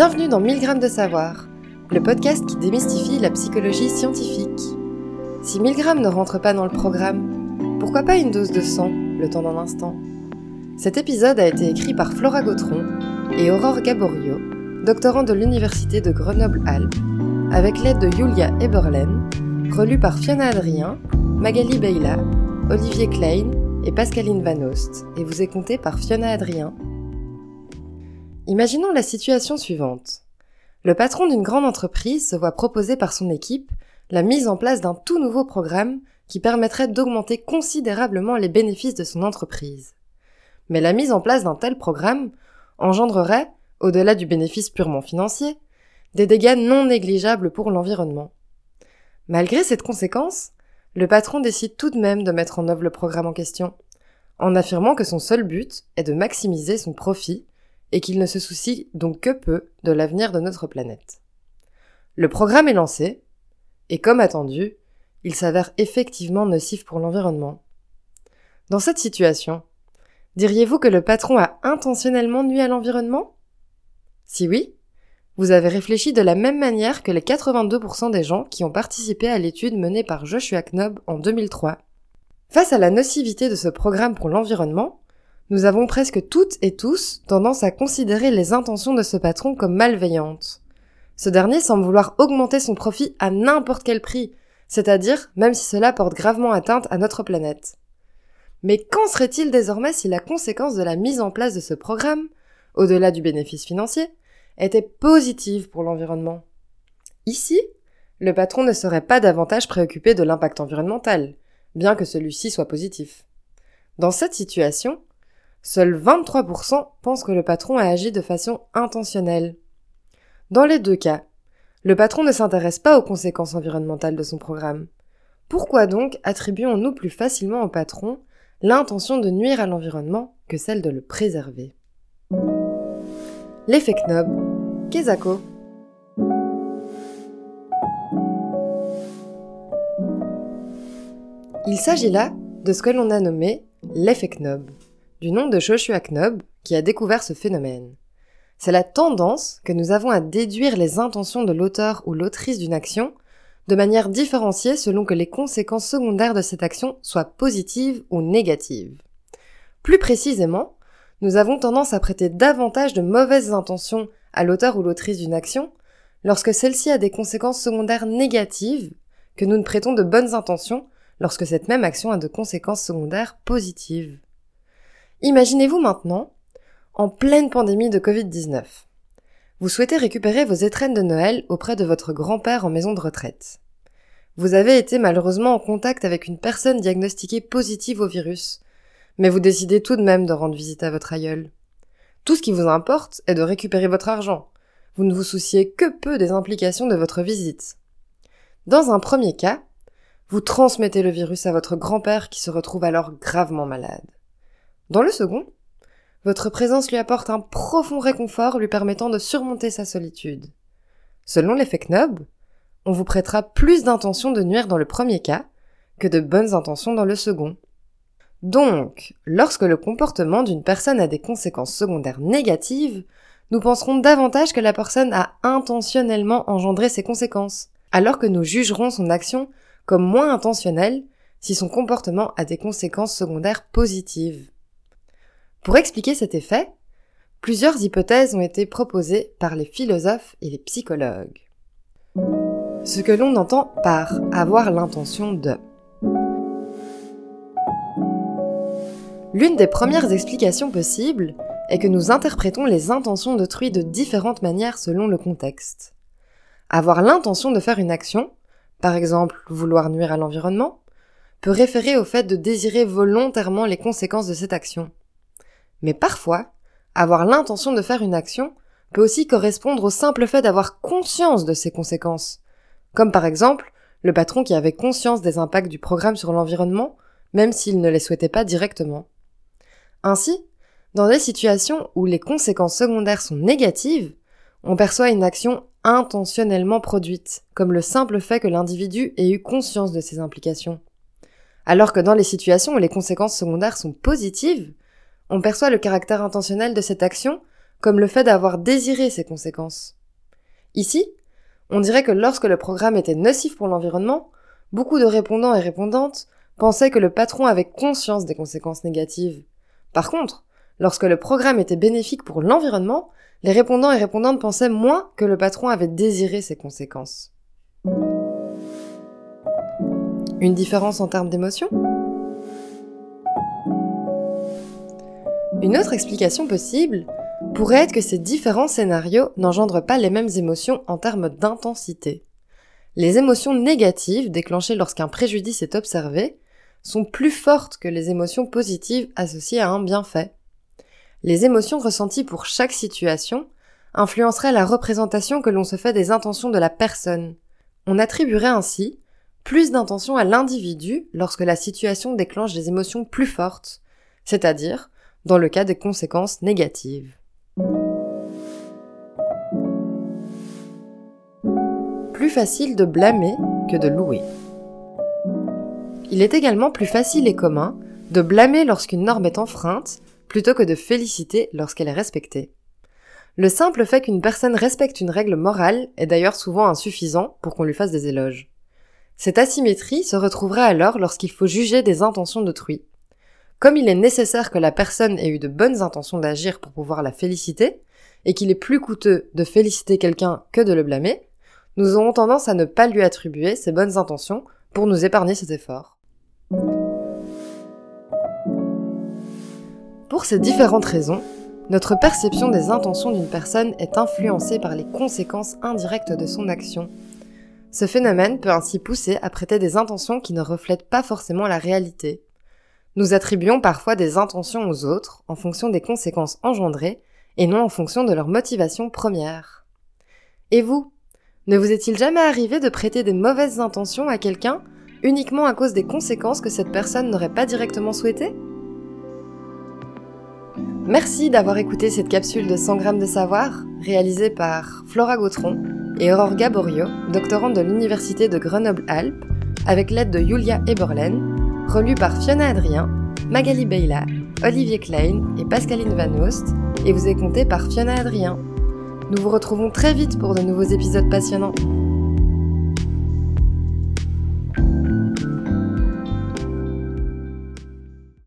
Bienvenue dans 1000 grammes de savoir, le podcast qui démystifie la psychologie scientifique. Si 1000 grammes ne rentre pas dans le programme, pourquoi pas une dose de sang, le temps d'un instant? Cet épisode a été écrit par Flora Gautron et Aurore Gaborio, doctorants de l'Université de Grenoble-Alpes, avec l'aide de Julia Eberlen, relu par Fiona Adrien, Magali Beyla, Olivier Klein et Pascaline Van Oost, et vous est conté par Fiona Adrien. Imaginons la situation suivante. Le patron d'une grande entreprise se voit proposer par son équipe la mise en place d'un tout nouveau programme qui permettrait d'augmenter considérablement les bénéfices de son entreprise. Mais la mise en place d'un tel programme engendrerait, au-delà du bénéfice purement financier, des dégâts non négligeables pour l'environnement. Malgré cette conséquence, le patron décide tout de même de mettre en œuvre le programme en question, en affirmant que son seul but est de maximiser son profit et qu'il ne se soucie donc que peu de l'avenir de notre planète. Le programme est lancé, et comme attendu, il s'avère effectivement nocif pour l'environnement. Dans cette situation, diriez-vous que le patron a intentionnellement nui à l'environnement? Si oui, vous avez réfléchi de la même manière que les 82% des gens qui ont participé à l'étude menée par Joshua Knob en 2003. Face à la nocivité de ce programme pour l'environnement, nous avons presque toutes et tous tendance à considérer les intentions de ce patron comme malveillantes. Ce dernier semble vouloir augmenter son profit à n'importe quel prix, c'est-à-dire même si cela porte gravement atteinte à notre planète. Mais qu'en serait-il désormais si la conséquence de la mise en place de ce programme, au-delà du bénéfice financier, était positive pour l'environnement? Ici, le patron ne serait pas davantage préoccupé de l'impact environnemental, bien que celui-ci soit positif. Dans cette situation, seuls 23% pensent que le patron a agi de façon intentionnelle. Dans les deux cas, le patron ne s'intéresse pas aux conséquences environnementales de son programme. Pourquoi donc attribuons-nous plus facilement au patron l'intention de nuire à l'environnement que celle de le préserver? L'effet Knob, Kezako. Il s'agit là de ce que l'on a nommé l'effet Knob, du nom de Joshua Knob qui a découvert ce phénomène. C'est la tendance que nous avons à déduire les intentions de l'auteur ou l'autrice d'une action de manière différenciée selon que les conséquences secondaires de cette action soient positives ou négatives. Plus précisément, nous avons tendance à prêter davantage de mauvaises intentions à l'auteur ou l'autrice d'une action lorsque celle-ci a des conséquences secondaires négatives que nous ne prêtons de bonnes intentions lorsque cette même action a de conséquences secondaires positives. Imaginez-vous maintenant, en pleine pandémie de Covid-19. Vous souhaitez récupérer vos étrennes de Noël auprès de votre grand-père en maison de retraite. Vous avez été malheureusement en contact avec une personne diagnostiquée positive au virus, mais vous décidez tout de même de rendre visite à votre aïeul. Tout ce qui vous importe est de récupérer votre argent. Vous ne vous souciez que peu des implications de votre visite. Dans un premier cas, vous transmettez le virus à votre grand-père qui se retrouve alors gravement malade. Dans le second, votre présence lui apporte un profond réconfort lui permettant de surmonter sa solitude. Selon l'effet Knob, on vous prêtera plus d'intentions de nuire dans le premier cas que de bonnes intentions dans le second. Donc, lorsque le comportement d'une personne a des conséquences secondaires négatives, nous penserons davantage que la personne a intentionnellement engendré ces conséquences, alors que nous jugerons son action comme moins intentionnelle si son comportement a des conséquences secondaires positives. Pour expliquer cet effet, plusieurs hypothèses ont été proposées par les philosophes et les psychologues. Ce que l'on entend par « avoir l'intention de ». L'une des premières explications possibles est que nous interprétons les intentions d'autrui de différentes manières selon le contexte. Avoir l'intention de faire une action, par exemple vouloir nuire à l'environnement, peut référer au fait de désirer volontairement les conséquences de cette action. Mais parfois, avoir l'intention de faire une action peut aussi correspondre au simple fait d'avoir conscience de ses conséquences, comme par exemple le patron qui avait conscience des impacts du programme sur l'environnement, même s'il ne les souhaitait pas directement. Ainsi, dans des situations où les conséquences secondaires sont négatives, on perçoit une action intentionnellement produite, comme le simple fait que l'individu ait eu conscience de ses implications. Alors que dans les situations où les conséquences secondaires sont positives, on perçoit le caractère intentionnel de cette action comme le fait d'avoir désiré ces conséquences. Ici, on dirait que lorsque le programme était nocif pour l'environnement, beaucoup de répondants et répondantes pensaient que le patron avait conscience des conséquences négatives. Par contre, lorsque le programme était bénéfique pour l'environnement, les répondants et répondantes pensaient moins que le patron avait désiré ces conséquences. Une différence en termes d'émotion ? Une autre explication possible pourrait être que ces différents scénarios n'engendrent pas les mêmes émotions en termes d'intensité. Les émotions négatives déclenchées lorsqu'un préjudice est observé sont plus fortes que les émotions positives associées à un bienfait. Les émotions ressenties pour chaque situation influenceraient la représentation que l'on se fait des intentions de la personne. On attribuerait ainsi plus d'intention à l'individu lorsque la situation déclenche des émotions plus fortes, c'est-à-dire dans le cas des conséquences négatives. Plus facile de blâmer que de louer. Il est également plus facile et commun de blâmer lorsqu'une norme est enfreinte plutôt que de féliciter lorsqu'elle est respectée. Le simple fait qu'une personne respecte une règle morale est d'ailleurs souvent insuffisant pour qu'on lui fasse des éloges. Cette asymétrie se retrouverait alors lorsqu'il faut juger des intentions d'autrui. Comme il est nécessaire que la personne ait eu de bonnes intentions d'agir pour pouvoir la féliciter, et qu'il est plus coûteux de féliciter quelqu'un que de le blâmer, nous aurons tendance à ne pas lui attribuer ces bonnes intentions pour nous épargner cet effort. Pour ces différentes raisons, notre perception des intentions d'une personne est influencée par les conséquences indirectes de son action. Ce phénomène peut ainsi pousser à prêter des intentions qui ne reflètent pas forcément la réalité. Nous attribuons parfois des intentions aux autres en fonction des conséquences engendrées et non en fonction de leur motivation première. Et vous, ne vous est-il jamais arrivé de prêter des mauvaises intentions à quelqu'un uniquement à cause des conséquences que cette personne n'aurait pas directement souhaitées ? Merci d'avoir écouté cette capsule de 100 grammes de savoir, réalisée par Flora Gautron et Aurore Gaborio, doctorante de l'Université de Grenoble-Alpes, avec l'aide de Julia Eberlen, relue par Fiona Adrien, Magali Beyla, Olivier Klein et Pascaline Van Oost, et vous est contée par Fiona Adrien. Nous vous retrouvons très vite pour de nouveaux épisodes passionnants.